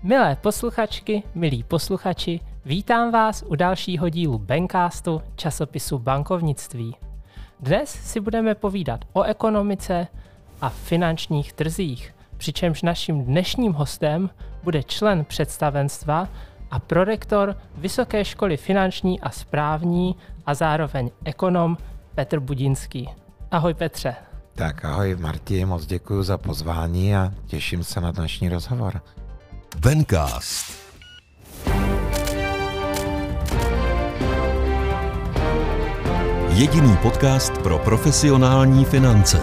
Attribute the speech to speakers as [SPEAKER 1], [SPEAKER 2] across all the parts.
[SPEAKER 1] Milé posluchačky, milí posluchači, vítám vás u dalšího dílu Bankcastu, časopisu bankovnictví. Dnes si budeme povídat o ekonomice a finančních trzích, přičemž naším dnešním hostem bude člen představenstva a prorektor Vysoké školy finanční a správní a zároveň ekonom Petr Budinský. Ahoj Petře.
[SPEAKER 2] Tak ahoj Marti, moc děkuji za pozvání a těším se na dnešní rozhovor.
[SPEAKER 3] Bankcast. Jediný podcast pro profesionální finance.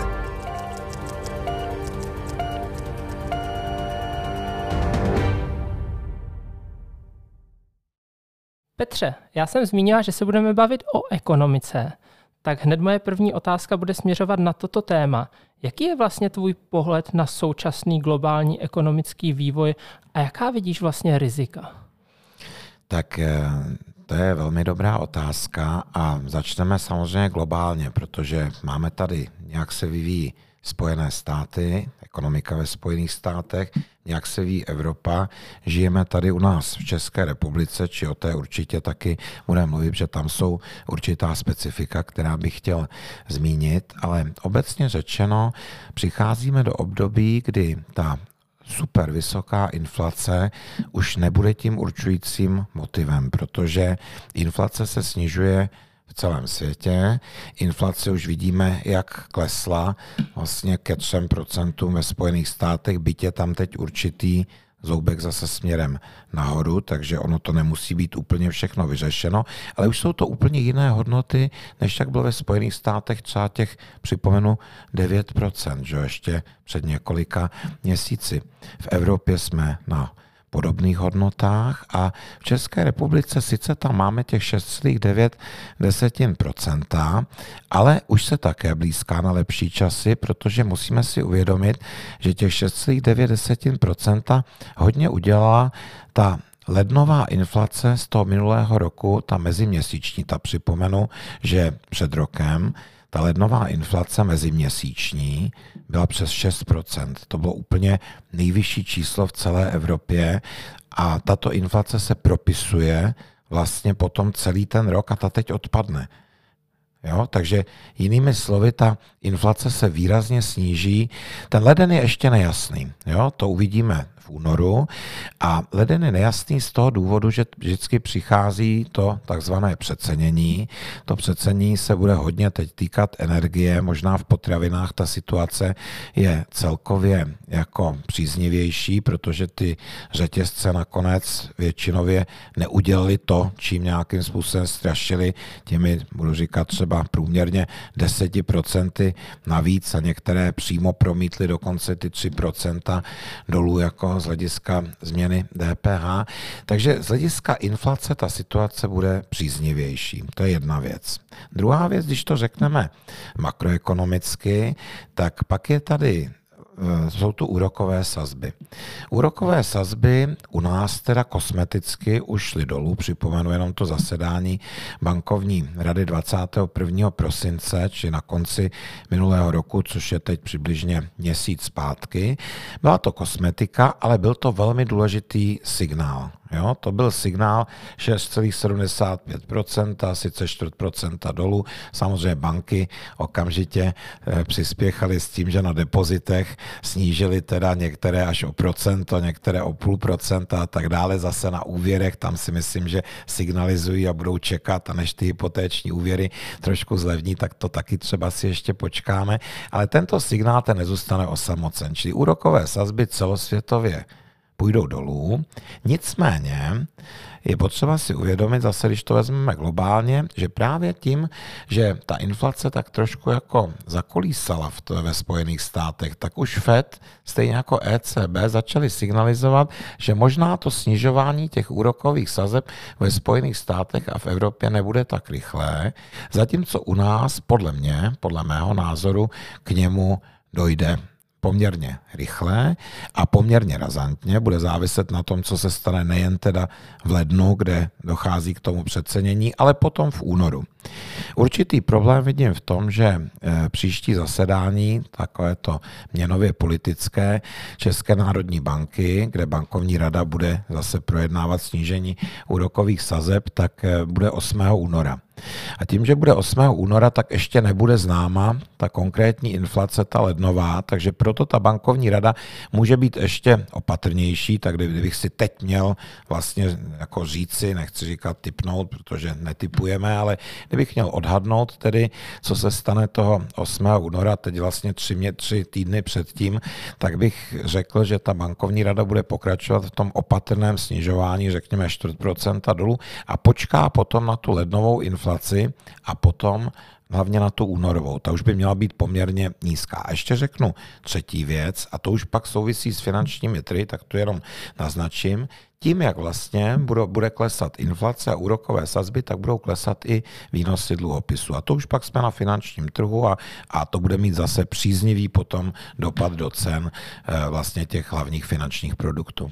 [SPEAKER 1] Petře, já jsem zmínila, že se budeme bavit o ekonomice. Tak hned moje první otázka bude směřovat na toto téma. Jaký je vlastně tvůj pohled na současný globální ekonomický vývoj a jaká vidíš vlastně rizika?
[SPEAKER 2] Tak to je velmi dobrá otázka a začneme samozřejmě globálně, protože máme tady, nějak se vyvíjí Spojené státy, ekonomika ve Spojených státech, nějak se vyvíjí Evropa, žijeme tady u nás v České republice, či o té určitě taky budeme mluvit, že tam jsou určitá specifika, která bych chtěl zmínit, ale obecně řečeno přicházíme do období, kdy ta super vysoká inflace už nebude tím určujícím motivem, protože inflace se snižuje v celém světě. Inflace už vidíme, jak klesla vlastně ke 3% ve Spojených státech, byť je tam teď určitý zoubek zase směrem nahoru, takže ono to nemusí být úplně všechno vyřešeno, ale už jsou to úplně jiné hodnoty, než jak bylo ve Spojených státech třeba těch, připomenu, 9%, že ještě před několika měsíci. V Evropě jsme na podobných hodnotách a v České republice sice tam máme těch 6,9%, ale už se také blízká na lepší časy, protože musíme si uvědomit, že těch 6,9% hodně udělala ta lednová inflace z toho minulého roku, ta meziměsíční, ta připomenu, že před rokem ta lednová inflace meziměsíční byla přes 6%. To bylo úplně nejvyšší číslo v celé Evropě a tato inflace se propisuje vlastně potom celý ten rok a ta teď odpadne. Jo? Takže jinými slovy, ta inflace se výrazně sníží. Ten leden je ještě nejasný. Jo? To uvidíme v únoru. A leden je nejasný z toho důvodu, že vždycky přichází to takzvané přecenění. To přecenění se bude hodně teď týkat energie, možná v potravinách ta situace je celkově jako příznivější, protože ty řetězce nakonec většinově neudělali to, čím nějakým způsobem strašili těmi, budu říkat třeba průměrně 10% navíc a některé přímo promítly dokonce ty 3% dolů jako z hlediska změny DPH. Takže z hlediska inflace ta situace bude příznivější. To je jedna věc. Druhá věc, když to řekneme makroekonomicky, tak pak je tady jsou tu úrokové sazby. Úrokové sazby u nás teda kosmeticky už šly dolů, připomenu jenom to zasedání bankovní rady 21. prosince, či na konci minulého roku, což je teď přibližně měsíc zpátky. Byla to kosmetika, ale byl to velmi důležitý signál. Jo, to byl signál 6,75%, sice 4% dolů. Samozřejmě banky okamžitě přispěchaly s tím, že na depozitech snížily teda některé až o procento, některé o 0,5% a tak dále. Zase na úvěrech, tam si myslím, že signalizují a budou čekat, a než ty hypotéční úvěry trošku zlevní, tak to taky třeba si ještě počkáme. Ale tento signál ten nezůstane osamocen. Čili úrokové sazby celosvětově půjdou dolů. Nicméně je potřeba si uvědomit, zase když to vezmeme globálně, že právě tím, že ta inflace tak trošku jako zakolísala ve Spojených státech, tak už FED, stejně jako ECB, začali signalizovat, že možná to snižování těch úrokových sazeb ve Spojených státech a v Evropě nebude tak rychlé, zatímco u nás, podle mého názoru, k němu dojde poměrně rychle a poměrně razantně. Bude záviset na tom, co se stane nejen teda v lednu, kde dochází k tomu přecenění, ale potom v únoru. Určitý problém vidím v tom, že příští zasedání, takové to měnově politické České národní banky, kde bankovní rada bude zase projednávat snížení úrokových sazeb, tak bude 8. února. A tím, že bude 8. února, tak ještě nebude známa ta konkrétní inflace, ta lednová, takže proto ta bankovní rada může být ještě opatrnější, tak kdybych si teď měl vlastně jako říci, nechci říkat tipnout, protože netipujeme, ale kdybych měl odhadnout tedy, co se stane toho 8. února, teď vlastně 3 týdny předtím, tak bych řekl, že ta bankovní rada bude pokračovat v tom opatrném snižování, řekněme 4% dolů a počká potom na tu lednovou inflaci a potom hlavně na tu únorovou. Ta už by měla být poměrně nízká. A ještě řeknu třetí věc, a to už pak souvisí s finančními trhy, tak to jenom naznačím. Tím, jak vlastně bude klesat inflace a úrokové sazby, tak budou klesat i výnosy dluhopisů. A to už pak jsme na finančním trhu a to bude mít zase příznivý potom dopad do cen vlastně těch hlavních finančních produktů.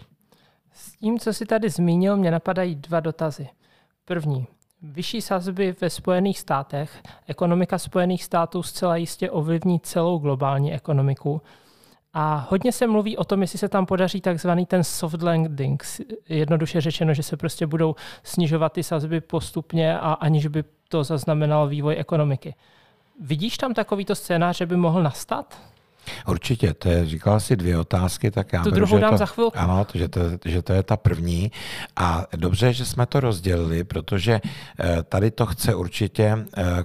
[SPEAKER 1] S tím, co jsi tady zmínil, mě napadají 2 dotazy. První. Vyšší sazby ve Spojených státech. Ekonomika Spojených států zcela jistě ovlivní celou globální ekonomiku. A hodně se mluví o tom, jestli se tam podaří takzvaný ten soft landing. Jednoduše řečeno, že se prostě budou snižovat ty sazby postupně a aniž by to zaznamenalo vývoj ekonomiky. Vidíš tam takovýto scénář, že by mohl nastat?
[SPEAKER 2] Určitě, říkal jsi 2 otázky, tak já
[SPEAKER 1] tu druhou dám za chvilku.
[SPEAKER 2] Ano, že to je ta první. A dobře, že jsme to rozdělili, protože tady to chce určitě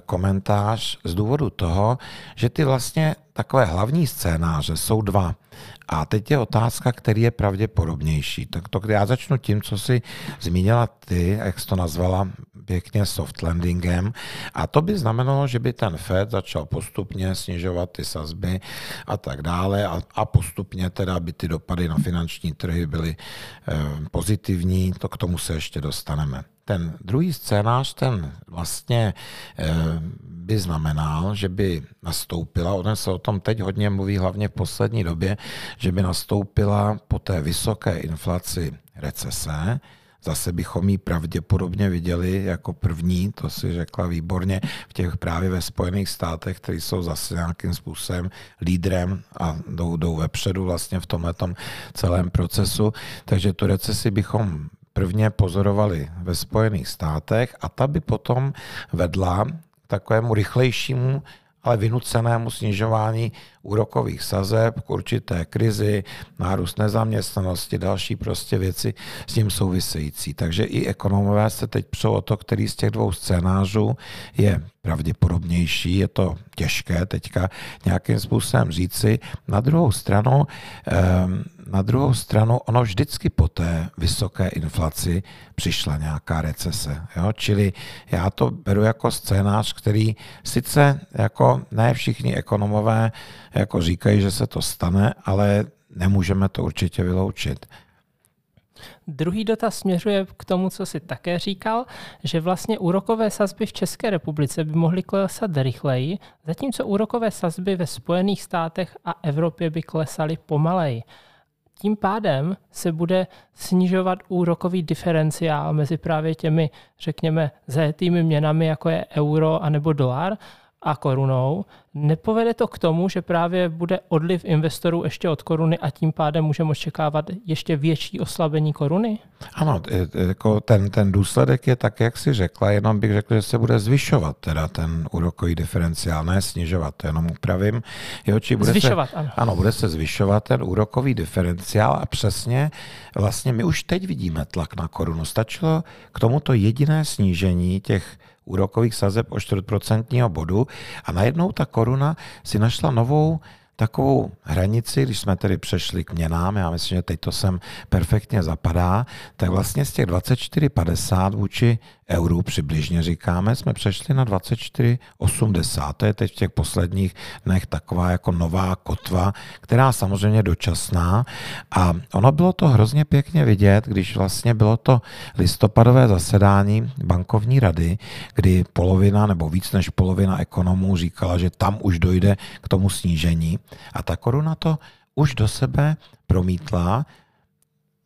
[SPEAKER 2] komentář z důvodu toho, že ty vlastně takové hlavní scénáře jsou 2. A teď je otázka, který je pravděpodobnější. Tak to, já začnu tím, co jsi zmínila ty, jak jsi to nazvala pěkně soft landingem. A to by znamenalo, že by ten Fed začal postupně snižovat ty sazby a tak dále a postupně teda by ty dopady na finanční trhy byly pozitivní. To k tomu se ještě dostaneme. Ten druhý scénář, ten vlastně by znamenal, že by nastoupila, on se o tom teď hodně mluví, hlavně v poslední době, že by nastoupila po té vysoké inflaci recese. Zase bychom ji pravděpodobně viděli jako první, to si řekla výborně, v těch právě ve Spojených státech, který jsou zase nějakým způsobem lídrem a jdou vepředu vlastně v tomhletom celém procesu. Takže tu recesi bychom prvně pozorovali ve Spojených státech a ta by potom vedla k takovému rychlejšímu, ale vynucenému snižování úrokových sazeb, k určité krizi, nárůst nezaměstnanosti, další prostě věci s tím související. Takže i ekonomové se teď přou o to, který z těch 2 scénářů je pravděpodobnější, je to těžké teďka nějakým způsobem říci. Na druhou stranu ono vždycky po té vysoké inflaci přišla nějaká recese. Jo? Čili já to beru jako scénář, který sice jako ne všichni ekonomové jako říkají, že se to stane, ale nemůžeme to určitě vyloučit.
[SPEAKER 1] Druhý dotaz směřuje k tomu, co jsi také říkal, že vlastně úrokové sazby v České republice by mohly klesat rychleji, zatímco úrokové sazby ve Spojených státech a Evropě by klesaly pomaleji. Tím pádem se bude snižovat úrokový diferenciál mezi právě těmi, řekněme, zajetými měnami, jako je euro anebo dolar, a korunou. Nepovede to k tomu, že právě bude odliv investorů ještě od koruny a tím pádem můžeme očekávat ještě větší oslabení koruny?
[SPEAKER 2] Ano, jako ten důsledek je tak, jak jsi řekla, jenom bych řekl, že se bude zvyšovat teda ten úrokový diferenciál, ne snižovat, to jenom upravím. Bude se zvyšovat ten úrokový diferenciál a přesně vlastně my už teď vidíme tlak na korunu. Stačilo k tomuto jediné snížení těch úrokových sazeb o 4% bodu a najednou ta koruna si našla novou takovou hranici, když jsme tedy přešli k měnám, já myslím, že teď to sem perfektně zapadá, tak vlastně z těch 24,50 vůči euru přibližně říkáme, jsme přešli na 24,80. To je teď v těch posledních dnech taková jako nová kotva, která samozřejmě dočasná. A ono bylo to hrozně pěkně vidět, když vlastně bylo to listopadové zasedání bankovní rady, kdy polovina nebo víc než polovina ekonomů říkala, že tam už dojde k tomu snížení. A ta koruna to už do sebe promítla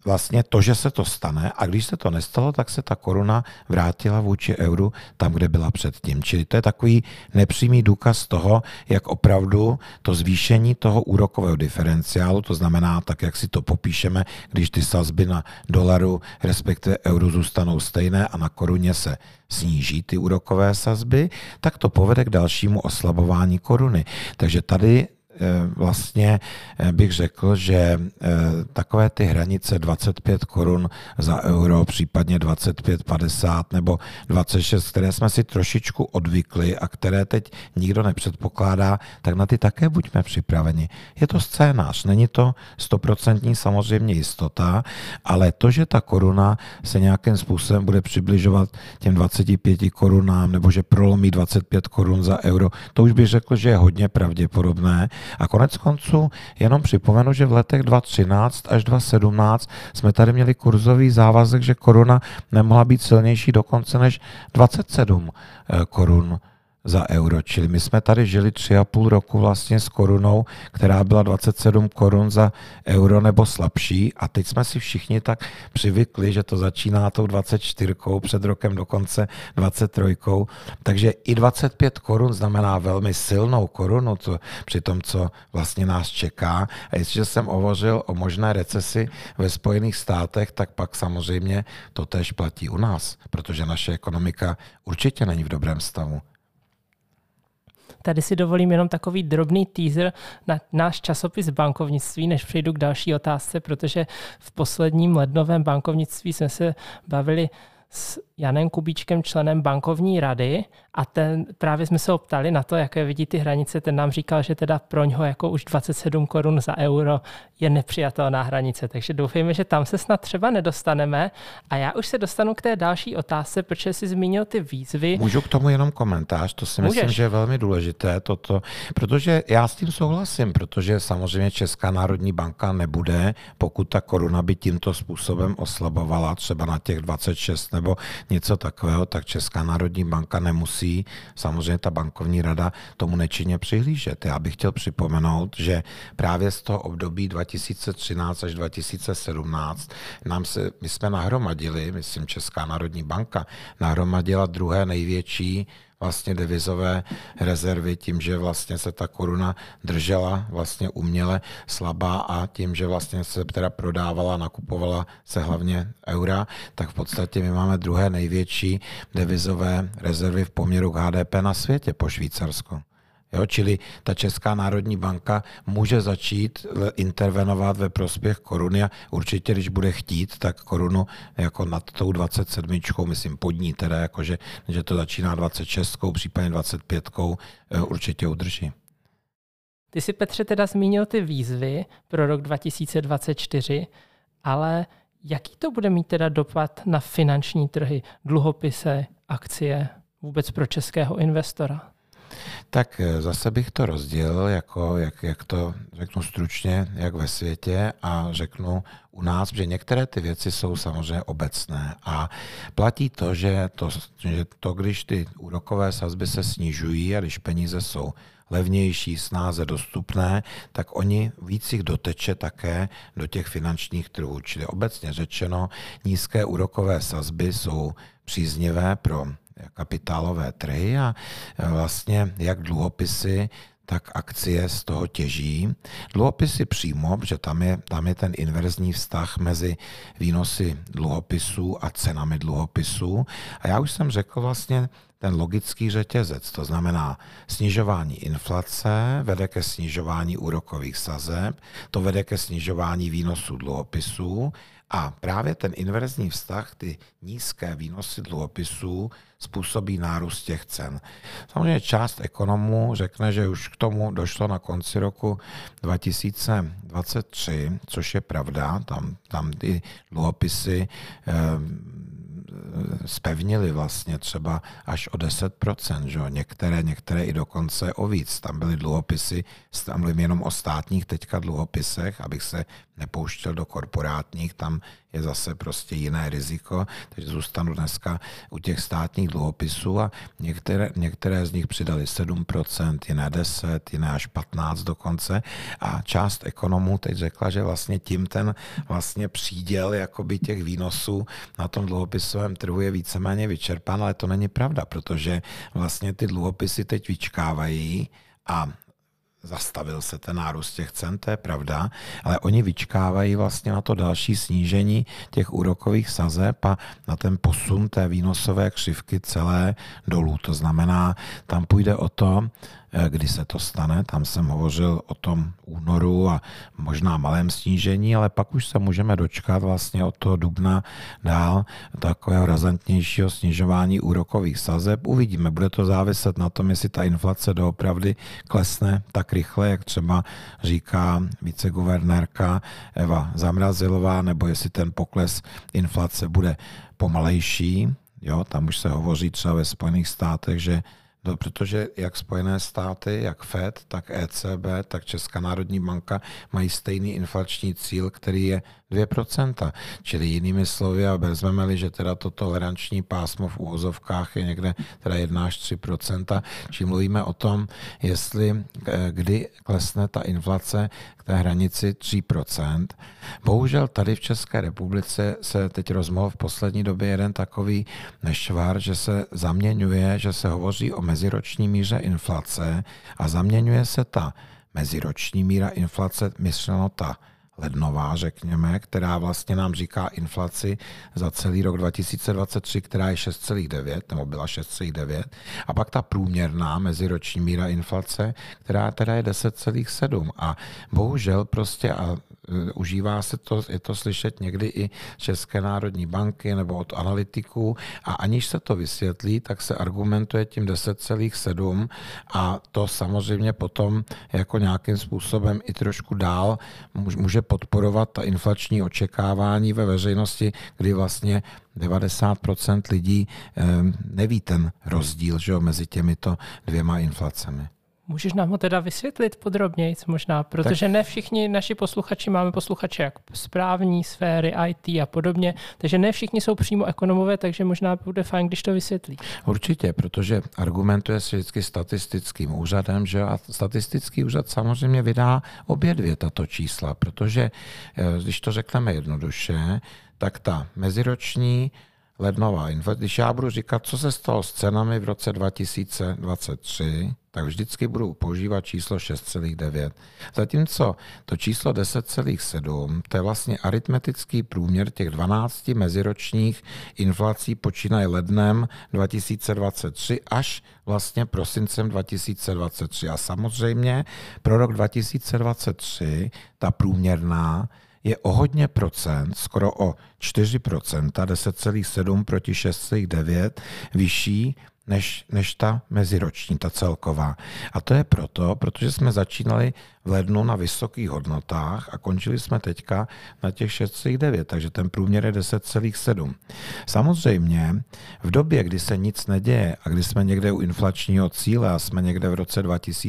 [SPEAKER 2] vlastně to, že se to stane, a když se to nestalo, tak se ta koruna vrátila vůči euru tam, kde byla předtím. Čili to je takový nepřímý důkaz toho, jak opravdu to zvýšení toho úrokového diferenciálu, to znamená, tak jak si to popíšeme, když ty sazby na dolaru, respektive euru zůstanou stejné a na koruně se sníží ty úrokové sazby, tak to povede k dalšímu oslabování koruny. Takže tady vlastně bych řekl, že takové ty hranice 25 korun za euro, případně 25,50 nebo 26, které jsme si trošičku odvykli a které teď nikdo nepředpokládá, tak na ty také buďme připraveni. Je to scénář, není to 100% samozřejmě jistota, ale to, že ta koruna se nějakým způsobem bude přibližovat těm 25 korunám nebo že prolomí 25 korun za euro, to už bych řekl, že je hodně pravděpodobné. A konec konců jenom připomenu, že v letech 2013 až 2017 jsme tady měli kurzový závazek, že koruna nemohla být silnější dokonce než 27 korun za euro. Čili my jsme tady žili 3,5 roku vlastně s korunou, která byla 27 korun za euro nebo slabší a teď jsme si všichni tak přivykli, že to začíná tou 24, před rokem dokonce 23. Takže i 25 korun znamená velmi silnou korunu při tom, co vlastně nás čeká. A jestliže jsem hovořil o možné recesi ve Spojených státech, tak pak samozřejmě to též platí u nás, protože naše ekonomika určitě není v dobrém stavu.
[SPEAKER 1] Tady si dovolím jenom takový drobný teaser na náš časopis bankovnictví, než přejdu k další otázce, protože v posledním lednovém bankovnictví jsme se bavili s Janem Kubíčkem, členem bankovní rady, a právě jsme se optali na to, jaké vidí ty hranice. Ten nám říkal, že teda pro něho jako už 27 korun za euro je nepřijatelná hranice. Takže doufejme, že tam se snad třeba nedostaneme. A já už se dostanu k té další otázce, protože jsi zmínil ty výzvy.
[SPEAKER 2] Můžu k tomu jenom komentář, to si myslím, že je velmi důležité toto, protože já s tím souhlasím, protože samozřejmě Česká národní banka nebude, pokud ta koruna by tímto způsobem oslabovala, třeba na těch 26 nebo něco takového, tak Česká národní banka nemusí, samozřejmě ta bankovní rada tomu nečinně přihlížet. Já bych chtěl připomenout, že právě z toho období 2013 až 2017 my jsme nahromadili, myslím Česká národní banka, nahromadila druhé největší vlastně devizové rezervy tím, že vlastně se ta koruna držela vlastně uměle slabá a tím, že vlastně se teda prodávala, nakupovala se hlavně eura, tak v podstatě my máme druhé největší devizové rezervy v poměru k HDP na světě po Švýcarsku. Jo, čili ta Česká národní banka může začít intervenovat ve prospěch koruny a určitě, když bude chtít, tak korunu jako nad tou 27, myslím pod ní, teda jakože, že to začíná 26, případně 25, určitě udrží.
[SPEAKER 1] Ty jsi, Petře, teda zmínil ty výzvy pro rok 2024, ale jaký to bude mít teda dopad na finanční trhy, dluhopisy, akcie, vůbec pro českého investora?
[SPEAKER 2] Tak zase bych to rozdělil, jako, jak to řeknu stručně, jak ve světě a řeknu u nás, že některé ty věci jsou samozřejmě obecné a platí to, že když ty úrokové sazby se snižují a když peníze jsou levnější, snáze dostupné, tak oni víc jich doteče také do těch finančních trhů. Čili obecně řečeno, nízké úrokové sazby jsou příznivé pro kapitálové trhy a vlastně jak dluhopisy, tak akcie z toho těží. Dluhopisy přímo, protože tam je ten inverzní vztah mezi výnosy dluhopisů a cenami dluhopisů. A já už jsem řekl vlastně ten logický řetězec, to znamená snižování inflace, vede ke snižování úrokových sazeb, to vede ke snižování výnosů dluhopisů a právě ten inverzní vztah, ty nízké výnosy dluhopisů, způsobí nárůst těch cen. Samozřejmě část ekonomů řekne, že už k tomu došlo na konci roku 2023, což je pravda, tam ty dluhopisy zpevnily vlastně třeba až o 10%, že? Některé i dokonce o víc. Tam byly dluhopisy, tam mluvím jenom o státních teďka dluhopisech, abych se nepouštěl do korporátních, tam je zase prostě jiné riziko, takže zůstanu dneska u těch státních dluhopisů a některé z nich přidali 7%, jiné 10%, jiné až 15% dokonce a část ekonomů teď řekla, že vlastně tím ten vlastně příděl jakoby těch výnosů na tom dluhopisovém trhu je víceméně vyčerpán, ale to není pravda, protože vlastně ty dluhopisy teď vyčkávají a zastavil se ten nárůst těch cen, to je pravda, ale oni vyčkávají vlastně na to další snížení těch úrokových sazeb a na ten posun té výnosové křivky celé dolů. To znamená, tam půjde o to, kdy se to stane, tam jsem hovořil o tom únoru a možná malém snížení, ale pak už se můžeme dočkat vlastně od toho dubna dál takového razantnějšího snižování úrokových sazeb. Uvidíme, bude to záviset na tom, jestli ta inflace doopravdy klesne tak rychle, jak třeba říká viceguvernérka Eva Zamrazilová, nebo jestli ten pokles inflace bude pomalejší. Jo, tam už se hovoří třeba ve Spojených státech, že protože jak Spojené státy, jak FED, tak ECB, tak Česká národní banka mají stejný inflační cíl, který je 2%. Čili jinými slovy, a vezmeme-li, že teda to toleranční pásmo v uvozovkách je někde teda 1 až 3%, či mluvíme o tom, jestli kdy klesne ta inflace k té hranici 3%. Bohužel tady v České republice se teď rozmohl v poslední době jeden takový nešvar, že se zaměňuje, že se hovoří o meziroční míře inflace a zaměňuje se ta meziroční míra inflace, myšleno ta lednová, řekněme, která vlastně nám říká inflaci za celý rok 2023, která je 6,9, nebo byla 6,9, a pak ta průměrná meziroční míra inflace, která teda je 10,7. A bohužel prostě a užívá se to, je to slyšet někdy i České národní banky nebo od analytiků a aniž se to vysvětlí, tak se argumentuje tím 10,7 a to samozřejmě potom jako nějakým způsobem i trošku dál může podporovat ta inflační očekávání ve veřejnosti, kdy vlastně 90% lidí neví ten rozdíl, že jo, mezi těmito dvěma inflacemi.
[SPEAKER 1] Můžeš nám ho teda vysvětlit podrobněji možná, protože ne všichni naši posluchači, máme posluchače jak z právní sféry, IT a podobně, takže ne všichni jsou přímo ekonomové, takže možná bude fajn, když to vysvětlí.
[SPEAKER 2] Určitě, protože argumentuje se vždycky statistickým úřadem, že a statistický úřad samozřejmě vydá obě dvě tato čísla, protože když to řekneme jednoduše, tak ta meziroční lednová inflace, když já budu říkat, co se stalo s cenami v roce 2023, tak vždycky budu používat číslo 6,9. Zatímco to číslo 10,7, to je vlastně aritmetický průměr těch 12 meziročních inflací počínaje lednem 2023 až vlastně prosincem 2023. A samozřejmě pro rok 2023 ta průměrná je o hodně procent, skoro o 4%, 10,7 proti 6,9 vyšší než ta meziroční, ta celková. A to je protože jsme začínali v lednu na vysokých hodnotách a končili jsme teďka na těch 6,9, takže ten průměr je 10,7. Samozřejmě v době, kdy se nic neděje a kdy jsme někde u inflačního cíle a jsme někde v roce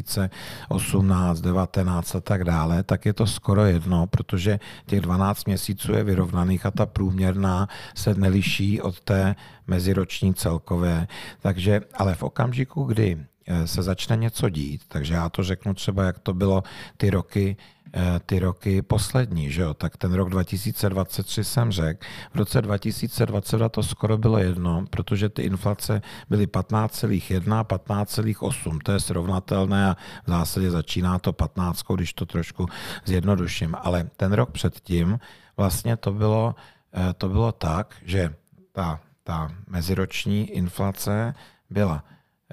[SPEAKER 2] 2018, 19 a tak dále, tak je to skoro jedno, protože těch 12 měsíců je vyrovnaných a ta průměrná se neliší od té meziroční celkové. Takže, ale v okamžiku, kdy se začne něco dít, takže já to řeknu třeba, jak to bylo ty roky poslední, že jo? Tak ten rok 2023 jsem řekl, v roce 2022 to skoro bylo jedno, protože ty inflace byly 15,1, 15,8, to je srovnatelné a v zásadě začíná to 15, když to trošku zjednoduším, ale ten rok předtím vlastně to bylo tak, že ta meziroční inflace byla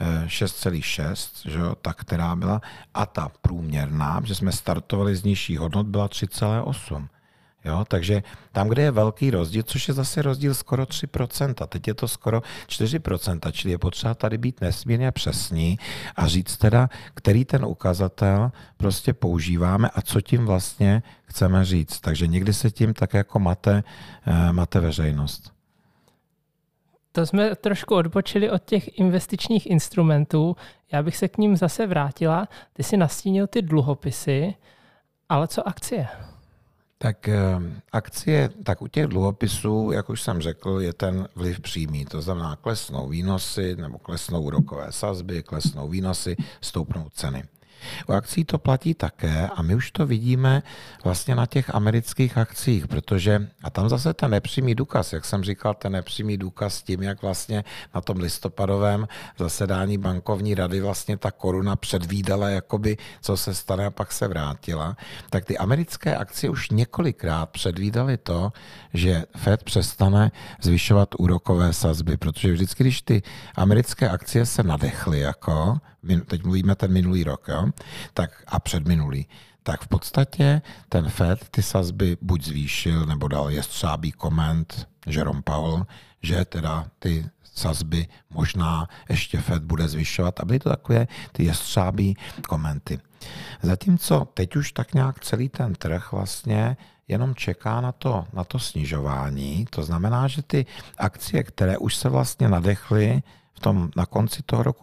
[SPEAKER 2] 6,6, že jo, ta, která byla, a ta průměrná, že jsme startovali z nižších hodnot, byla 3,8. Jo, takže tam, kde je velký rozdíl, což je zase rozdíl skoro 3%, teď je to skoro 4%, čili je potřeba tady být nesmírně přesný a říct teda, který ten ukazatel prostě používáme a co tím vlastně chceme říct. Takže někdy se tím tak jako mate veřejnost.
[SPEAKER 1] To jsme trošku odbočili od těch investičních instrumentů. Já bych se k ním zase vrátila. Ty si nastínil ty dluhopisy, ale co akcie?
[SPEAKER 2] Tak akcie, tak u těch dluhopisů, jak už jsem řekl, je ten vliv přímý. To znamená, klesnou výnosy nebo klesnou úrokové sazby, klesnou výnosy, stoupnou ceny. U akcí to platí také a my už to vidíme vlastně na těch amerických akcích, protože, a tam zase ten nepřímý důkaz, jak jsem říkal, ten nepřímý důkaz s tím, jak vlastně na tom listopadovém zasedání bankovní rady vlastně ta koruna předvídala, jakoby, co se stane a pak se vrátila, tak ty americké akcie už několikrát předvídaly to, že Fed přestane zvyšovat úrokové sazby, protože vždycky, když ty americké akcie se nadechly, jako teď mluvíme ten minulý rok, jo? Tak a předminulý, tak v podstatě ten Fed ty sazby buď zvýšil, nebo dal jestřábý koment Jerome Powell, že teda ty sazby možná ještě Fed bude zvyšovat a byly to takové ty jestřábý komenty. Zatímco teď už tak nějak celý ten trh vlastně jenom čeká na to snižování, to znamená, že ty akcie, které už se vlastně nadechly na konci toho roku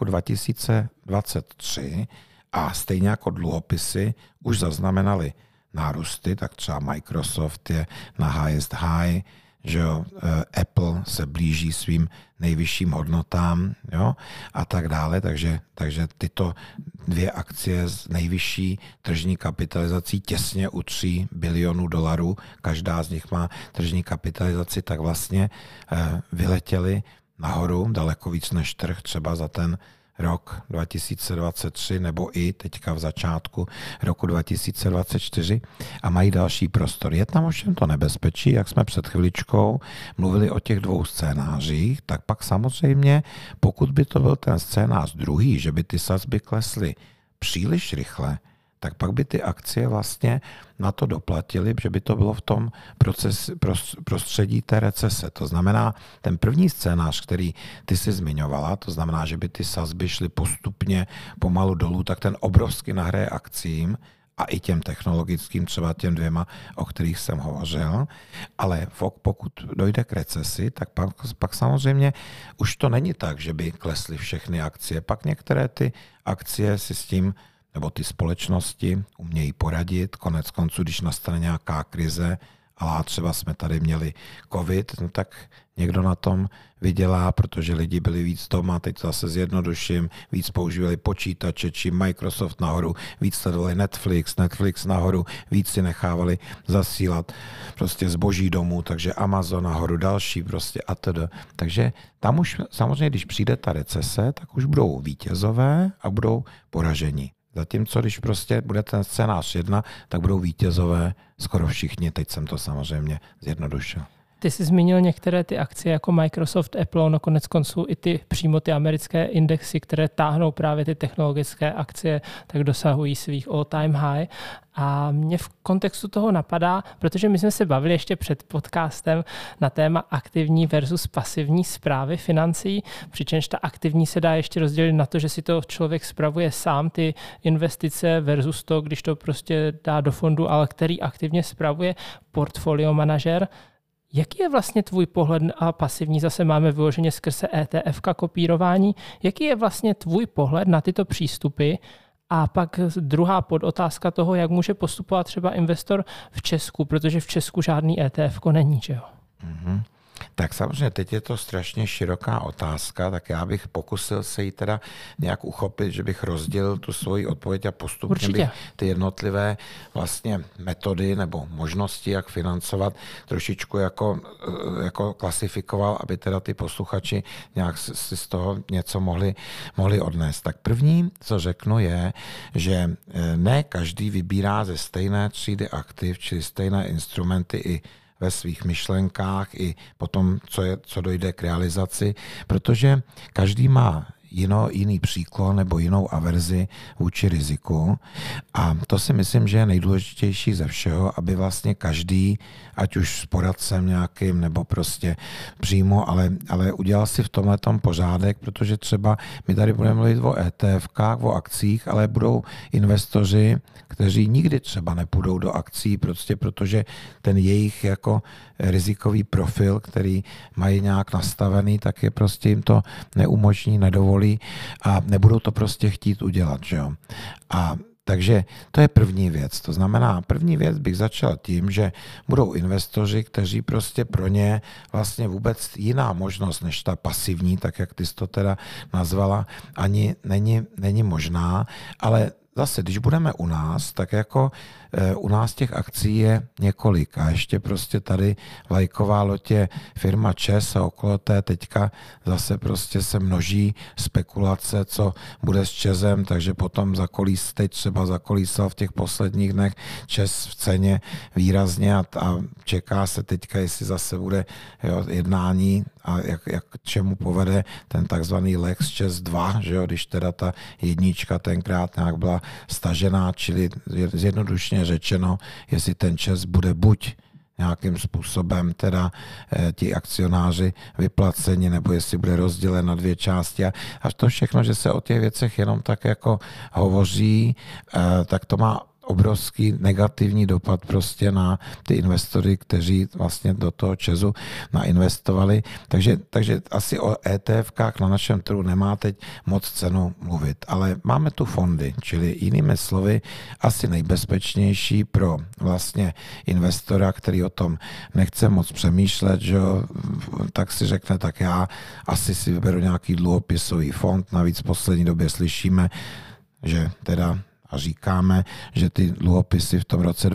[SPEAKER 2] 2023 a stejně jako dluhopisy už zaznamenaly nárůsty, tak třeba Microsoft je na highest high, že jo, Apple se blíží svým nejvyšším hodnotám, jo, a tak dále, takže tyto dvě akcie s nejvyšší tržní kapitalizací těsně u $3 bilionů, každá z nich má tržní kapitalizaci, tak vlastně vyletěly nahoru, daleko víc než trh, třeba za ten rok 2023 nebo i teďka v začátku roku 2024 a mají další prostor. Je tam ovšem to nebezpečí, jak jsme před chviličkou mluvili o těch dvou scénářích, tak pak samozřejmě, pokud by to byl ten scénář druhý, že by ty sazby klesly příliš rychle, tak pak by ty akcie vlastně na to doplatily, že by to bylo v tom prostředí té recese. To znamená, ten první scénář, který ty si zmiňovala, to znamená, že by ty sazby šly postupně pomalu dolů, tak ten obrovsky nahraje akcím a i těm technologickým, třeba těm dvěma, o kterých jsem hovořil. Ale pokud dojde k recesi, tak pak samozřejmě už to není tak, že by klesly všechny akcie. Pak některé ty akcie si s tím nebo ty společnosti umějí poradit. Konec konců, když nastane nějaká krize, ale třeba jsme tady měli covid, no tak někdo na tom vydělá, protože lidi byli víc doma, teď to zase zjednoduším, víc používali počítače, či Microsoft nahoru, víc sledovali Netflix nahoru, víc si nechávali zasílat prostě zboží domů, takže Amazon nahoru, další prostě a tedy. Takže tam už samozřejmě, když přijde ta recese, tak už budou vítězové a budou poražení. Zatímco, když prostě bude ten scénář 1, tak budou vítězové skoro všichni. Teď jsem to samozřejmě zjednodušil.
[SPEAKER 1] Ty jsi zmínil některé ty akcie jako Microsoft, Apple, no konec konců i přímo ty americké indexy, které táhnou právě ty technologické akcie, tak dosahují svých all-time high. A mě v kontextu toho napadá, protože my jsme se bavili ještě před podcastem na téma aktivní versus pasivní správy financí, přičemž ta aktivní se dá ještě rozdělit na to, že si to člověk spravuje sám, ty investice versus to, když to prostě dá do fondu, ale který aktivně spravuje portfolio manažer. Jaký je vlastně tvůj pohled, a pasivní zase máme vyloženě skrze ETF kopírování, jaký je vlastně tvůj pohled na tyto přístupy? A pak druhá podotázka toho, jak může postupovat třeba investor v Česku, protože v Česku žádný ETF není, že jo?
[SPEAKER 2] Mm-hmm. Tak samozřejmě teď je to strašně široká otázka, tak já bych pokusil se jí teda nějak uchopit, že bych rozdělil tu svoji odpověď a postupně bych ty jednotlivé vlastně metody nebo možnosti, jak financovat, trošičku jako klasifikoval, aby teda ty posluchači nějak si z toho něco mohli odnést. Tak první, co řeknu, je, že ne každý vybírá ze stejné třídy aktiv, čili stejné instrumenty i ve svých myšlenkách i potom, co dojde k realizaci, protože každý má jiný příklon nebo jinou averzi vůči riziku. A to si myslím, že je nejdůležitější ze všeho, aby vlastně každý, ať už s poradcem nějakým nebo prostě přímo, ale udělal si v tomhletom pořádek, protože třeba my tady budeme mluvit o ETFkách, o akcích, ale budou investoři, kteří nikdy třeba nepůjdou do akcí, prostě protože ten jejich jako rizikový profil, který mají nějak nastavený, tak je prostě jim to neumožní, nedovolí a nebudou to prostě chtít udělat. Že jo? Takže to je první věc. To znamená, první věc bych začal tím, že budou investoři, kteří prostě pro ně vlastně vůbec jiná možnost než ta pasivní, tak jak ty jsi to teda nazvala, ani není možná, ale zase, když budeme u nás, tak jako u nás těch akcí je několik a ještě prostě tady vlajková loď je firma ČEZ a okolo té teďka zase prostě se množí spekulace, co bude s ČEZem, takže potom teď třeba zakolísal v těch posledních dnech ČEZ v ceně výrazně a čeká se teďka, jestli zase bude jednání a jak čemu povede ten takzvaný Lex ČEZ 2, že jo, když teda ta jednička tenkrát nějak byla stažená, čili zjednodušně řečeno, jestli ten ČEZ bude buď nějakým způsobem teda ti akcionáři vyplaceni, nebo jestli bude rozdělen na dvě části. A to všechno, že se o těch věcech jenom tak jako hovoří, tak to má obrovský negativní dopad prostě na ty investory, kteří vlastně do toho ČEZu nainvestovali. Takže asi o ETFkách na našem trhu nemá teď moc cenu mluvit. Ale máme tu fondy, čili jinými slovy asi nejbezpečnější pro vlastně investora, který o tom nechce moc přemýšlet, že tak si řekne, tak já asi si vyberu nějaký dluhopisový fond. Navíc v poslední době slyšíme, že teda a říkáme, že ty dluhopisy v tom roce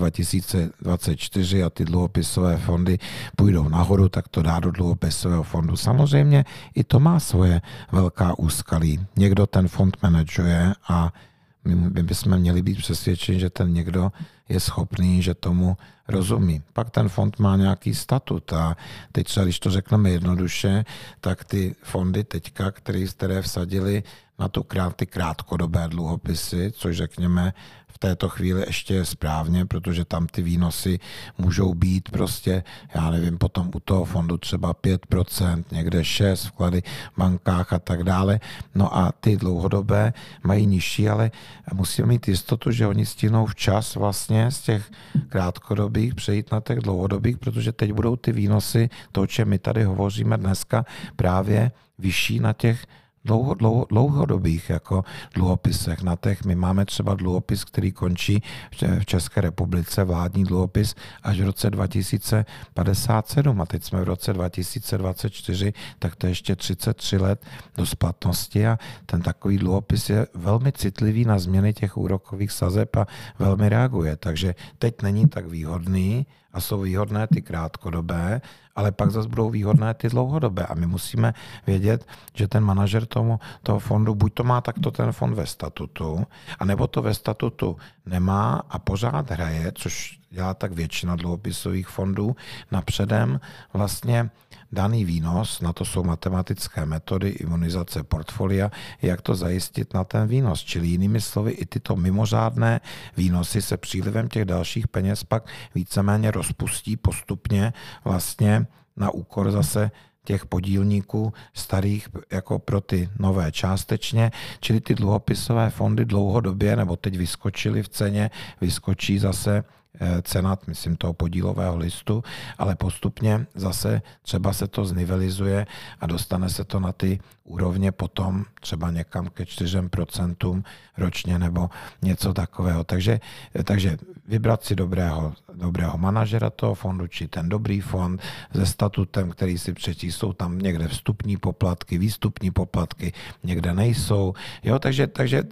[SPEAKER 2] 2024 a ty dluhopisové fondy půjdou nahoru, tak to dá do dluhopisového fondu. Samozřejmě i to má svoje velká úskalí. Někdo ten fond manažuje a my bychom měli být přesvědčeni, že ten někdo je schopný, že tomu rozumí. Pak ten fond má nějaký statut a teď třeba, když to řekneme jednoduše, tak ty fondy teďka, které vsadili na ty krátkodobé dluhopisy, což řekněme v této chvíli ještě je správně, protože tam ty výnosy můžou být prostě, já nevím, potom u toho fondu třeba 5%, někde 6%, vklady v bankách a tak dále. No a ty dlouhodobé mají nižší, ale musíme mít jistotu, že oni stihnou včas vlastně z těch krátkodobých přejít na těch dlouhodobých, protože teď budou ty výnosy, to, o čem my tady hovoříme dneska, právě vyšší na těch dlouhodobých jako dluhopisech. Na těch my máme třeba dluhopis, který končí v České republice, vládní dluhopis, až v roce 2057 a teď jsme v roce 2024, tak to je ještě 33 let do splatnosti a ten takový dluhopis je velmi citlivý na změny těch úrokových sazeb a velmi reaguje. Takže teď není tak výhodný a jsou výhodné ty krátkodobé, ale pak zase budou výhodné ty dlouhodobé. A my musíme vědět, že ten manažer toho fondu buď to má takto ten fond ve statutu, anebo to ve statutu nemá a pořád hraje, což dělá tak většina dluhopisových fondů, na předem vlastně daný výnos, na to jsou matematické metody, imunizace portfolia, jak to zajistit na ten výnos. Čili jinými slovy, i tyto mimořádné výnosy se přílivem těch dalších peněz pak víceméně rozpustí postupně vlastně na úkor zase těch podílníků starých jako pro ty nové částečně, čili ty dluhopisové fondy dlouhodobě, nebo teď vyskočily v ceně, vyskočí zase cena, myslím, toho podílového listu, ale postupně zase třeba se to znivelizuje a dostane se to na ty úrovně potom třeba někam ke 4% ročně nebo něco takového. Takže vybrat si dobrého manažera toho fondu, či ten dobrý fond se statutem, který si přečí, jsou tam někde vstupní poplatky, výstupní poplatky, někde nejsou. Jo, takže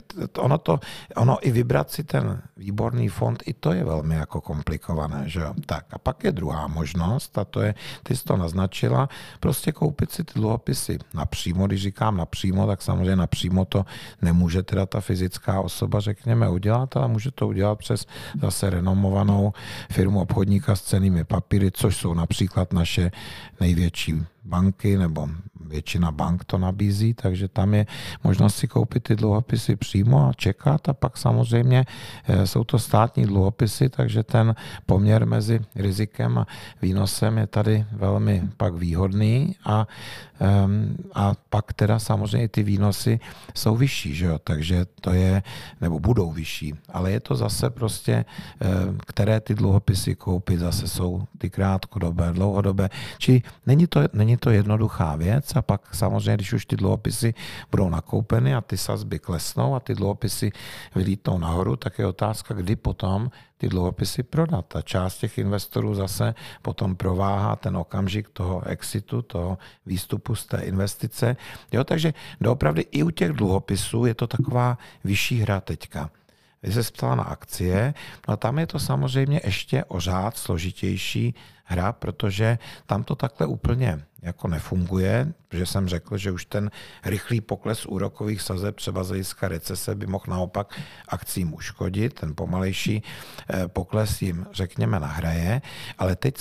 [SPEAKER 2] ono i vybrat si ten výborný fond, i to je velmi jako komplikované. Že jo? Tak a pak je druhá možnost a to je, ty jsi to naznačila, prostě koupit si ty dluhopisy napřímo. Když říkám napřímo, tak samozřejmě napřímo to nemůže teda ta fyzická osoba, řekněme, udělat, ale může to udělat přes zase renomovanou firmu obchodníka s cennými papíry, což jsou například naše největší banky nebo většina bank to nabízí, takže tam je možnost si koupit ty dluhopisy přímo a čekat a pak samozřejmě jsou to státní dluhopisy, takže ten poměr mezi rizikem a výnosem je tady velmi pak výhodný a pak teda samozřejmě ty výnosy jsou vyšší, že jo? Takže to je, nebo budou vyšší, ale je to zase prostě, které ty dluhopisy koupit, zase jsou ty krátkodobé, dlouhodobé, či není to jednoduchá věc a pak samozřejmě, když už ty dluhopisy budou nakoupeny a ty sazby klesnou a ty dluhopisy vylítnou nahoru, tak je otázka, kdy potom ty dluhopisy prodat. A část těch investorů zase potom prováhá ten okamžik toho exitu, toho výstupu z té investice. Jo, takže doopravdy i u těch dluhopisů je to taková vyšší hra teďka. Vy se ptala na akcie, no a tam je to samozřejmě ještě o řád složitější hra, protože tam to takhle úplně jako nefunguje, protože jsem řekl, že už ten rychlý pokles úrokových sazeb třeba z hlediska recese by mohl naopak akcím uškodit, ten pomalejší pokles jim řekněme nahraje, ale teď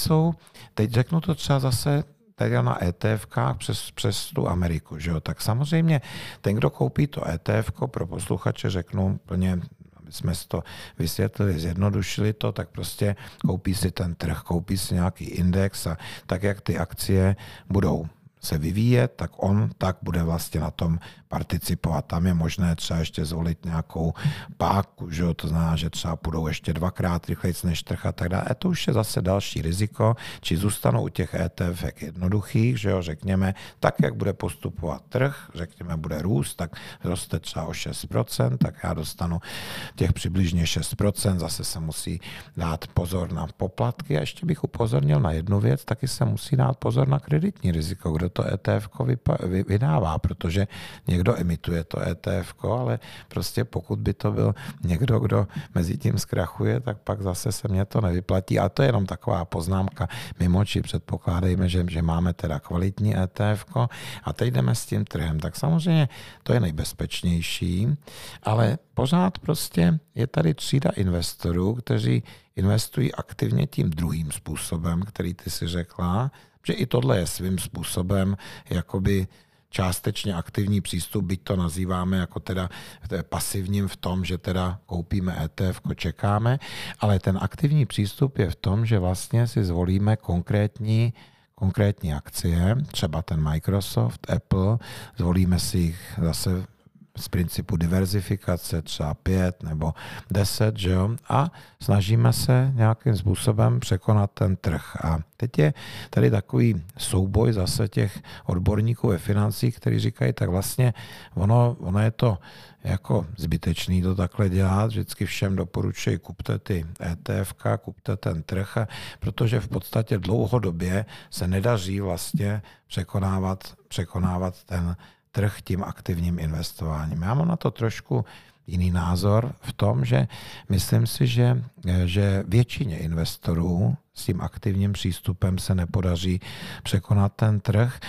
[SPEAKER 2] řeknu to třeba zase tady na ETFkách přes tu Ameriku, že jo? Tak samozřejmě ten, kdo koupí to ETFko, pro posluchače řeknu plně, jsme si to vysvětlili, zjednodušili to, tak prostě koupí si ten trh, koupí si nějaký index a tak, jak ty akcie budou se vyvíjet, tak bude vlastně na tom participovat. Tam je možné třeba ještě zvolit nějakou páku, že jo? To znamená, že třeba půjdou ještě dvakrát rychleji než trh a tak dále. A to už je zase další riziko, či zůstanou u těch ETF jednoduchých, že jo? Řekněme, tak, jak bude postupovat trh, řekněme, bude růst, tak roste třeba o 6%, tak já dostanu těch přibližně 6%, zase se musí dát pozor na poplatky a ještě bych upozornil na jednu věc, taky se musí dát pozor na kreditní riziko, kdo to ETF vydává, protože někdo emituje to ETF, ale prostě pokud by to byl někdo, kdo mezi tím zkrachuje, tak pak zase se mně to nevyplatí. A to je jenom taková poznámka mimo, či předpokládejme, že máme teda kvalitní ETF a teď jdeme s tím trhem. Tak samozřejmě to je nejbezpečnější, ale pořád prostě je tady třída investorů, kteří investují aktivně tím druhým způsobem, který ty si řekla, že i tohle je svým způsobem jakoby částečně aktivní přístup, byť to nazýváme jako teda pasivním v tom, že teda koupíme ETF, čekáme, ale ten aktivní přístup je v tom, že vlastně si zvolíme konkrétní akcie, třeba ten Microsoft, Apple, zvolíme si jich zase z principu diverzifikace, třeba 5 nebo 10, že jo? A snažíme se nějakým způsobem překonat ten trh. A teď je tady takový souboj zase těch odborníků ve financích, kteří říkají, tak vlastně ono je to jako zbytečný to takhle dělat, vždycky všem doporučuji, kupte ty ETFka, kupte ten trh, protože v podstatě dlouhodobě se nedaří vlastně překonávat ten trh tím aktivním investováním. Já mám na to trošku jiný názor v tom, že myslím si, že většině investorů s tím aktivním přístupem se nepodaří překonat ten trh.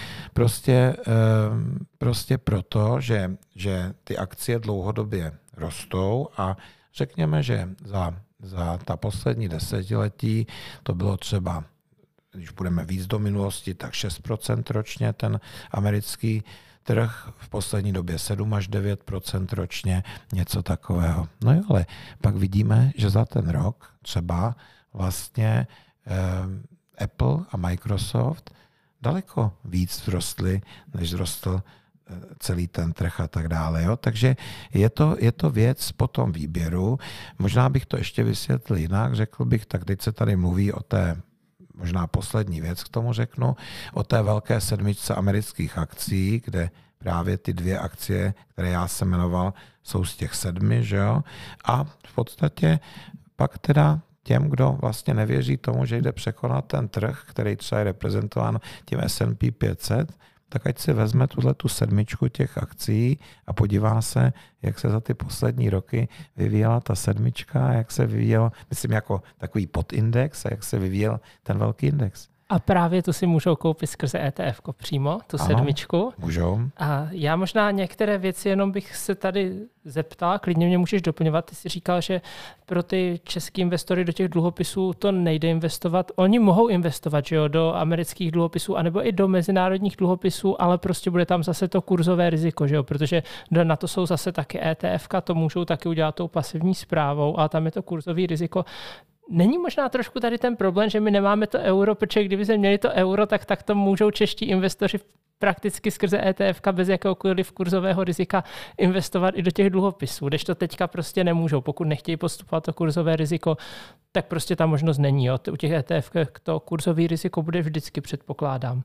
[SPEAKER 2] Prostě proto, že ty akcie dlouhodobě rostou a řekněme, že za ta poslední desetiletí to bylo třeba, když budeme víc do minulosti, tak 6% ročně ten americký trh, v poslední době 7 až 9% ročně, něco takového. No jo, ale pak vidíme, že za ten rok třeba vlastně Apple a Microsoft daleko víc vzrostly, než vzrostl celý ten trh a tak dále. Jo? Takže je to věc po tom výběru. Možná bych to ještě vysvětlil jinak, řekl bych, tak teď se tady mluví o té možná poslední věc k tomu řeknu, o té velké sedmičce amerických akcí, kde právě ty 2 akcie, které já jsem jmenoval, jsou z těch 7, že jo? A v podstatě pak teda těm, kdo vlastně nevěří tomu, že jde překonat ten trh, který třeba je reprezentován tím S&P 500, tak ať si vezme tu sedmičku těch akcí a podívá se, jak se za ty poslední roky vyvíjela ta sedmička, jak se vyvíjel, myslím jako takový podindex a jak se vyvíjel ten velký index.
[SPEAKER 1] A právě to si můžou koupit skrze ETF přímo, tu sedmičku.
[SPEAKER 2] Můžou.
[SPEAKER 1] A já možná některé věci jenom bych se tady zeptal, klidně mě můžeš doplňovat. Ty jsi říkal, že pro ty české investory do těch dluhopisů to nejde investovat. Oni mohou investovat, že jo, do amerických dluhopisů anebo i do mezinárodních dluhopisů, ale prostě bude tam zase to kurzové riziko, že jo, protože na to jsou zase taky ETFka, to můžou taky udělat tou pasivní správou, ale tam je to kurzové riziko. Není možná trošku tady ten problém, že my nemáme to euro, protože kdyby jsme měli to euro, tak to můžou čeští investoři prakticky skrze ETF bez jakéhokoliv kurzového rizika investovat i do těch dluhopisů, kdežto teďka prostě nemůžou. Pokud nechtějí postupovat to kurzové riziko, tak prostě ta možnost není. Jo. U těch ETF to kurzové riziko bude vždycky, předpokládám.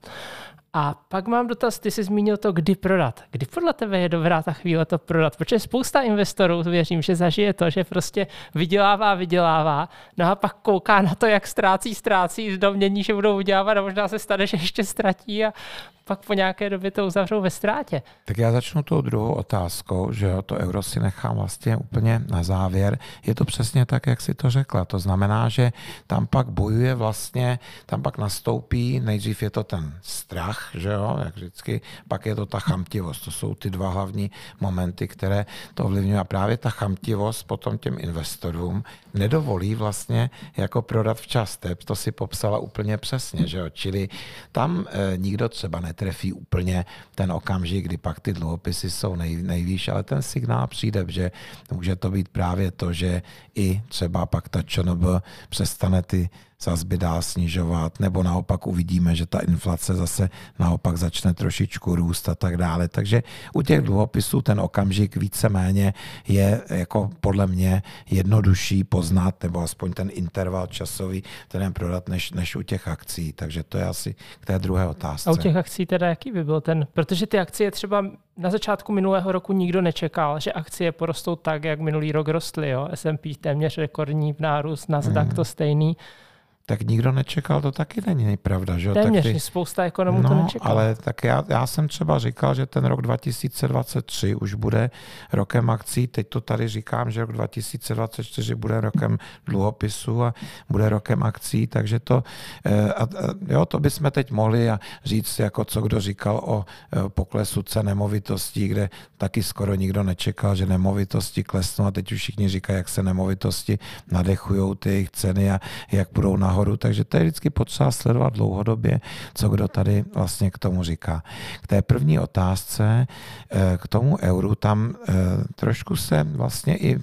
[SPEAKER 1] A pak mám dotaz, ty jsi zmínil to, kdy prodat. Kdy podle tebe je dobrá ta chvíle to prodat? Protože spousta investorů, věřím, že zažije to, že prostě vydělává, no a pak kouká na to, jak ztrácí z domnění, že budou vydělávat a možná se stane, že ještě ztratí a pak po nějaké době to uzavřou ve ztrátě.
[SPEAKER 2] Tak já začnu tou druhou otázkou, že jo, to euro si nechám vlastně úplně na závěr. Je to přesně tak, jak si to řekla. To znamená, že tam pak bojuje vlastně, tam pak nastoupí, nejdřív je to ten strach, že jo, jak vždycky, pak je to ta chamtivost. To jsou ty dva hlavní momenty, které to ovlivňují. A právě ta chamtivost potom těm investorům nedovolí vlastně jako prodat včas. To si popsala úplně přesně, že jo. Čili tam nikdo třeba netrefí úplně ten okamžik, kdy pak ty dluhopisy jsou nejvýš, ale ten signál přijde, že může to být právě to, že i třeba pak ta ČNB přestane ty sazby dál snižovat, nebo naopak uvidíme, že ta inflace zase naopak začne trošičku růst a tak dále. Takže u těch dluhopisů ten okamžik víceméně je jako podle mě jednodušší poznat, nebo aspoň ten interval časový, ten prodat, než u těch akcí. Takže to je asi k té druhé otázce.
[SPEAKER 1] A u těch akcí teda jaký by byl ten? Protože ty akcie třeba na začátku minulého roku nikdo nečekal, že akcie porostou tak, jak minulý rok rostly. Jo? S&P téměř rekordní nárůst, Nasdaq to stejný.
[SPEAKER 2] Tak nikdo nečekal, to taky není pravda. Že?
[SPEAKER 1] Téměř, spousta ekonomů to nečekal.
[SPEAKER 2] Ale tak já jsem třeba říkal, že ten rok 2023 už bude rokem akcí, teď to tady říkám, že rok 2024 bude rokem dluhopisů a bude rokem akcí, takže to bychom teď mohli říct, jako co kdo říkal o poklesu cen nemovitostí, kde taky skoro nikdo nečekal, že nemovitosti klesnou a teď už všichni říkají, jak se nemovitosti nadechujou ty jejich ceny a jak budou nahoru, takže to je vždycky potřeba sledovat dlouhodobě, co kdo tady vlastně k tomu říká. K té první otázce, k tomu euru, tam trošku se vlastně i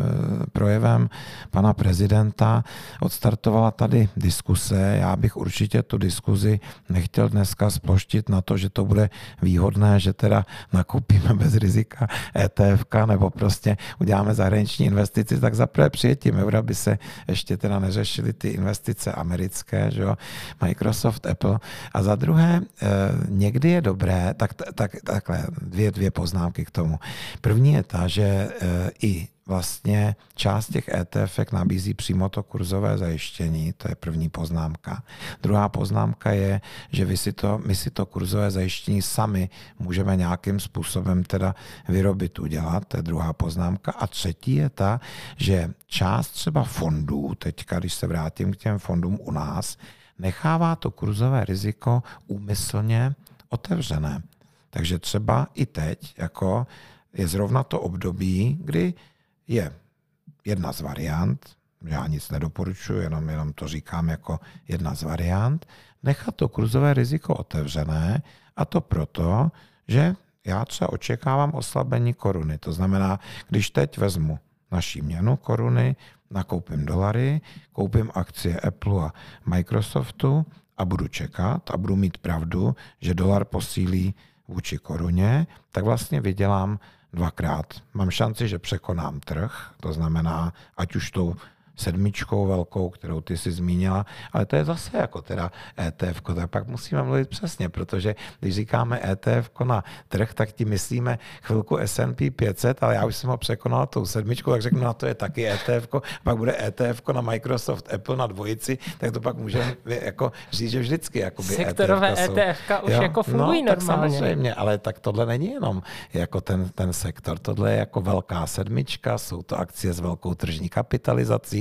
[SPEAKER 2] projevem pana prezidenta odstartovala tady diskuse. Já bych určitě tu diskuzi nechtěl dneska sploštit na to, že to bude výhodné, že teda nakoupíme bez rizika ETFka nebo prostě uděláme zahraniční investici, tak zaprvé přijetím eura by se ještě teda neřešily ty investice americké, že jo, Microsoft, Apple. A za druhé, někdy je dobré, takhle dvě poznámky k tomu. První je ta, že i vlastně část těch ETF nabízí přímo to kurzové zajištění, to je první poznámka. Druhá poznámka je, že my si to kurzové zajištění sami můžeme nějakým způsobem teda vyrobit, udělat, to je druhá poznámka. A třetí je ta, že část třeba fondů, teďka když se vrátím k těm fondům u nás, nechává to kurzové riziko úmyslně otevřené. Takže třeba i teď jako je zrovna to období, kdy je jedna z variant, já nic nedoporučuji, jenom to říkám jako jedna z variant, nechat to kurzové riziko otevřené a to proto, že já třeba očekávám oslabení koruny. To znamená, když teď vezmu naši měnu koruny, nakoupím dolary, koupím akcie Apple a Microsoftu a budu čekat a budu mít pravdu, že dolar posílí vůči koruně, tak vlastně vydělám dvakrát. Mám šanci, že překonám trh, to znamená, ať už tou sedmičkou velkou, kterou ty si zmínila, ale to je zase jako teda ETF, tak pak musíme mluvit přesně, protože když říkáme ETF na trh, tak ti myslíme chvilku S&P 500, ale já už jsem ho překonal tou sedmičkou, tak řeknu, na to je taky ETF, pak bude ETF na Microsoft, Apple na dvojici, tak to pak můžeme jako říct, že vždycky jakoby
[SPEAKER 1] sektorové ETF už jako fungují normálně.
[SPEAKER 2] Tak samozřejmě, ale tak tohle není jenom jako ten sektor, tohle je jako velká sedmička, jsou to akcie s velkou tržní kapitalizací,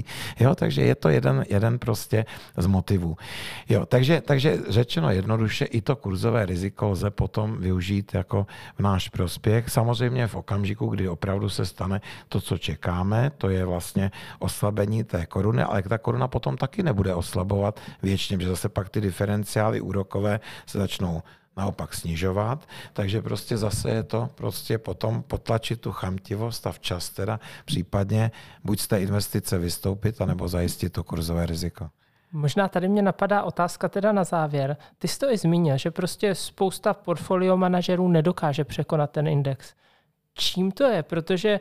[SPEAKER 2] Jo, takže je to jeden prostě z motivů. Jo, takže řečeno jednoduše, i to kurzové riziko lze potom využít jako v náš prospěch. Samozřejmě v okamžiku, kdy opravdu se stane to, co čekáme, to je vlastně oslabení té koruny, ale ta koruna potom taky nebude oslabovat věčně, protože zase pak ty diferenciály úrokové se začnou naopak snižovat, takže prostě zase je to prostě potom potlačit tu chamtivost a včas teda případně buď z té investice vystoupit, anebo zajistit to kurzové riziko.
[SPEAKER 1] Možná tady mě napadá otázka teda na závěr. Ty jsi to i zmínil, že prostě spousta portfolio manažerů nedokáže překonat ten index. Čím to je? Protože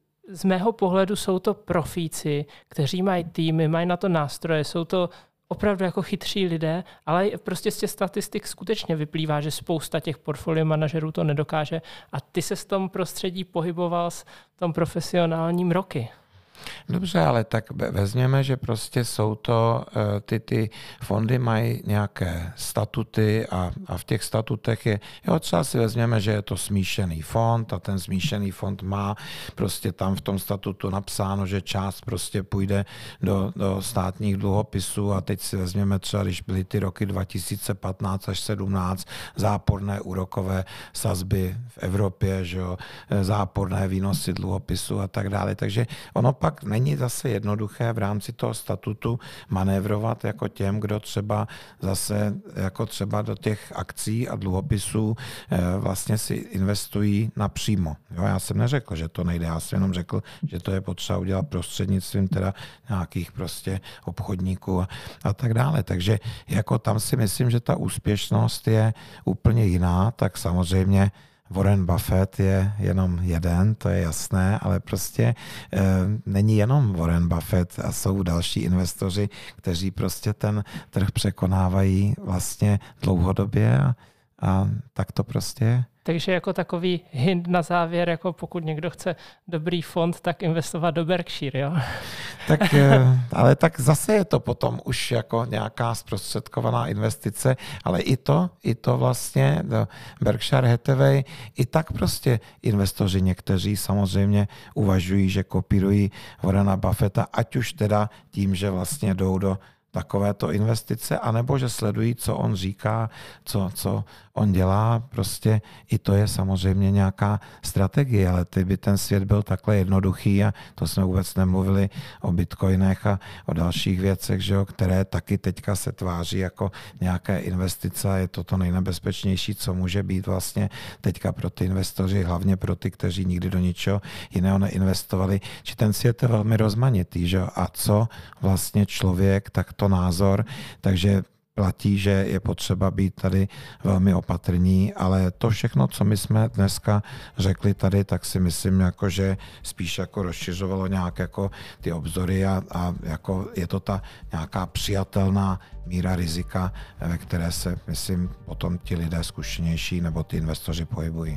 [SPEAKER 1] z mého pohledu jsou to profíci, kteří mají týmy, mají na to nástroje, jsou to opravdu jako chytří lidé, ale prostě z těch statistik skutečně vyplývá, že spousta těch portfolio manažerů to nedokáže a ty se v tom prostředí pohyboval v tom profesionálním roky.
[SPEAKER 2] Dobře, ale tak vezměme, že prostě jsou to, ty fondy mají nějaké statuty a v těch statutech je, třeba si vezměme, že je to smíšený fond a ten smíšený fond má prostě tam v tom statutu napsáno, že část prostě půjde do státních dluhopisů a teď si vezměme třeba, když byly ty roky 2015 až 17 záporné úrokové sazby v Evropě, že jo, záporné výnosy dluhopisů a tak dále, takže ono pak není zase jednoduché v rámci toho statutu manévrovat jako těm, kdo třeba zase jako třeba do těch akcí a dluhopisů vlastně si investují napřímo. Jo, já jsem neřekl, že to nejde, já jsem jenom řekl, že to je potřeba udělat prostřednictvím teda nějakých prostě obchodníků a tak dále. Takže jako tam si myslím, že ta úspěšnost je úplně jiná, tak samozřejmě Warren Buffett je jenom jeden, to je jasné, ale prostě není jenom Warren Buffett a jsou další investoři, kteří prostě ten trh překonávají vlastně dlouhodobě a tak to prostě je.
[SPEAKER 1] Takže jako takový hint na závěr, jako pokud někdo chce dobrý fond, tak investovat do Berkshire, jo?
[SPEAKER 2] Tak, ale tak zase je to potom už jako nějaká zprostředkovaná investice, ale i to vlastně do Berkshire Hathaway, i tak prostě investoři někteří samozřejmě uvažují, že kopírují Warrena Buffetta, ať už teda tím, že vlastně jdou do takovéto investice, anebo že sledují, co on říká, co on dělá, prostě i to je samozřejmě nějaká strategie, ale by ten svět byl takhle jednoduchý a to jsme vůbec nemluvili o bitcoinech a o dalších věcech, že jo, které taky teďka se tváří jako nějaké investice a je to nejnebezpečnější, co může být vlastně teďka pro ty investoři, hlavně pro ty, kteří nikdy do ničeho jiného neinvestovali. Či ten svět je velmi rozmanitý, že jo, a co vlastně člověk, tak to názor, takže platí, že je potřeba být tady velmi opatrní, ale to všechno, co my jsme dneska řekli tady, tak si myslím, jako, že spíš jako rozšiřovalo nějak jako ty obzory a jako je to ta nějaká přijatelná míra rizika, ve které se, myslím, potom ti lidé zkušenější nebo ty investoři pohybují.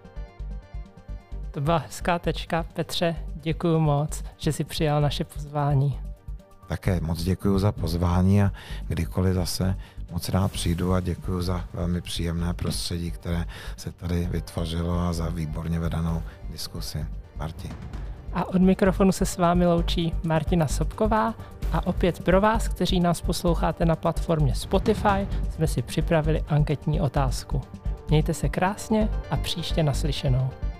[SPEAKER 1] To byla hezká tečka. Petře, děkuji moc, že jsi přijal naše pozvání.
[SPEAKER 2] Také moc děkuji za pozvání a kdykoliv zase moc rád přijdu a děkuji za velmi příjemné prostředí, které se tady vytvořilo a za výborně vedenou diskusi. Marti.
[SPEAKER 1] A od mikrofonu se s vámi loučí Martina Sobková a opět pro vás, kteří nás posloucháte na platformě Spotify, jsme si připravili anketní otázku. Mějte se krásně a příště naslyšenou.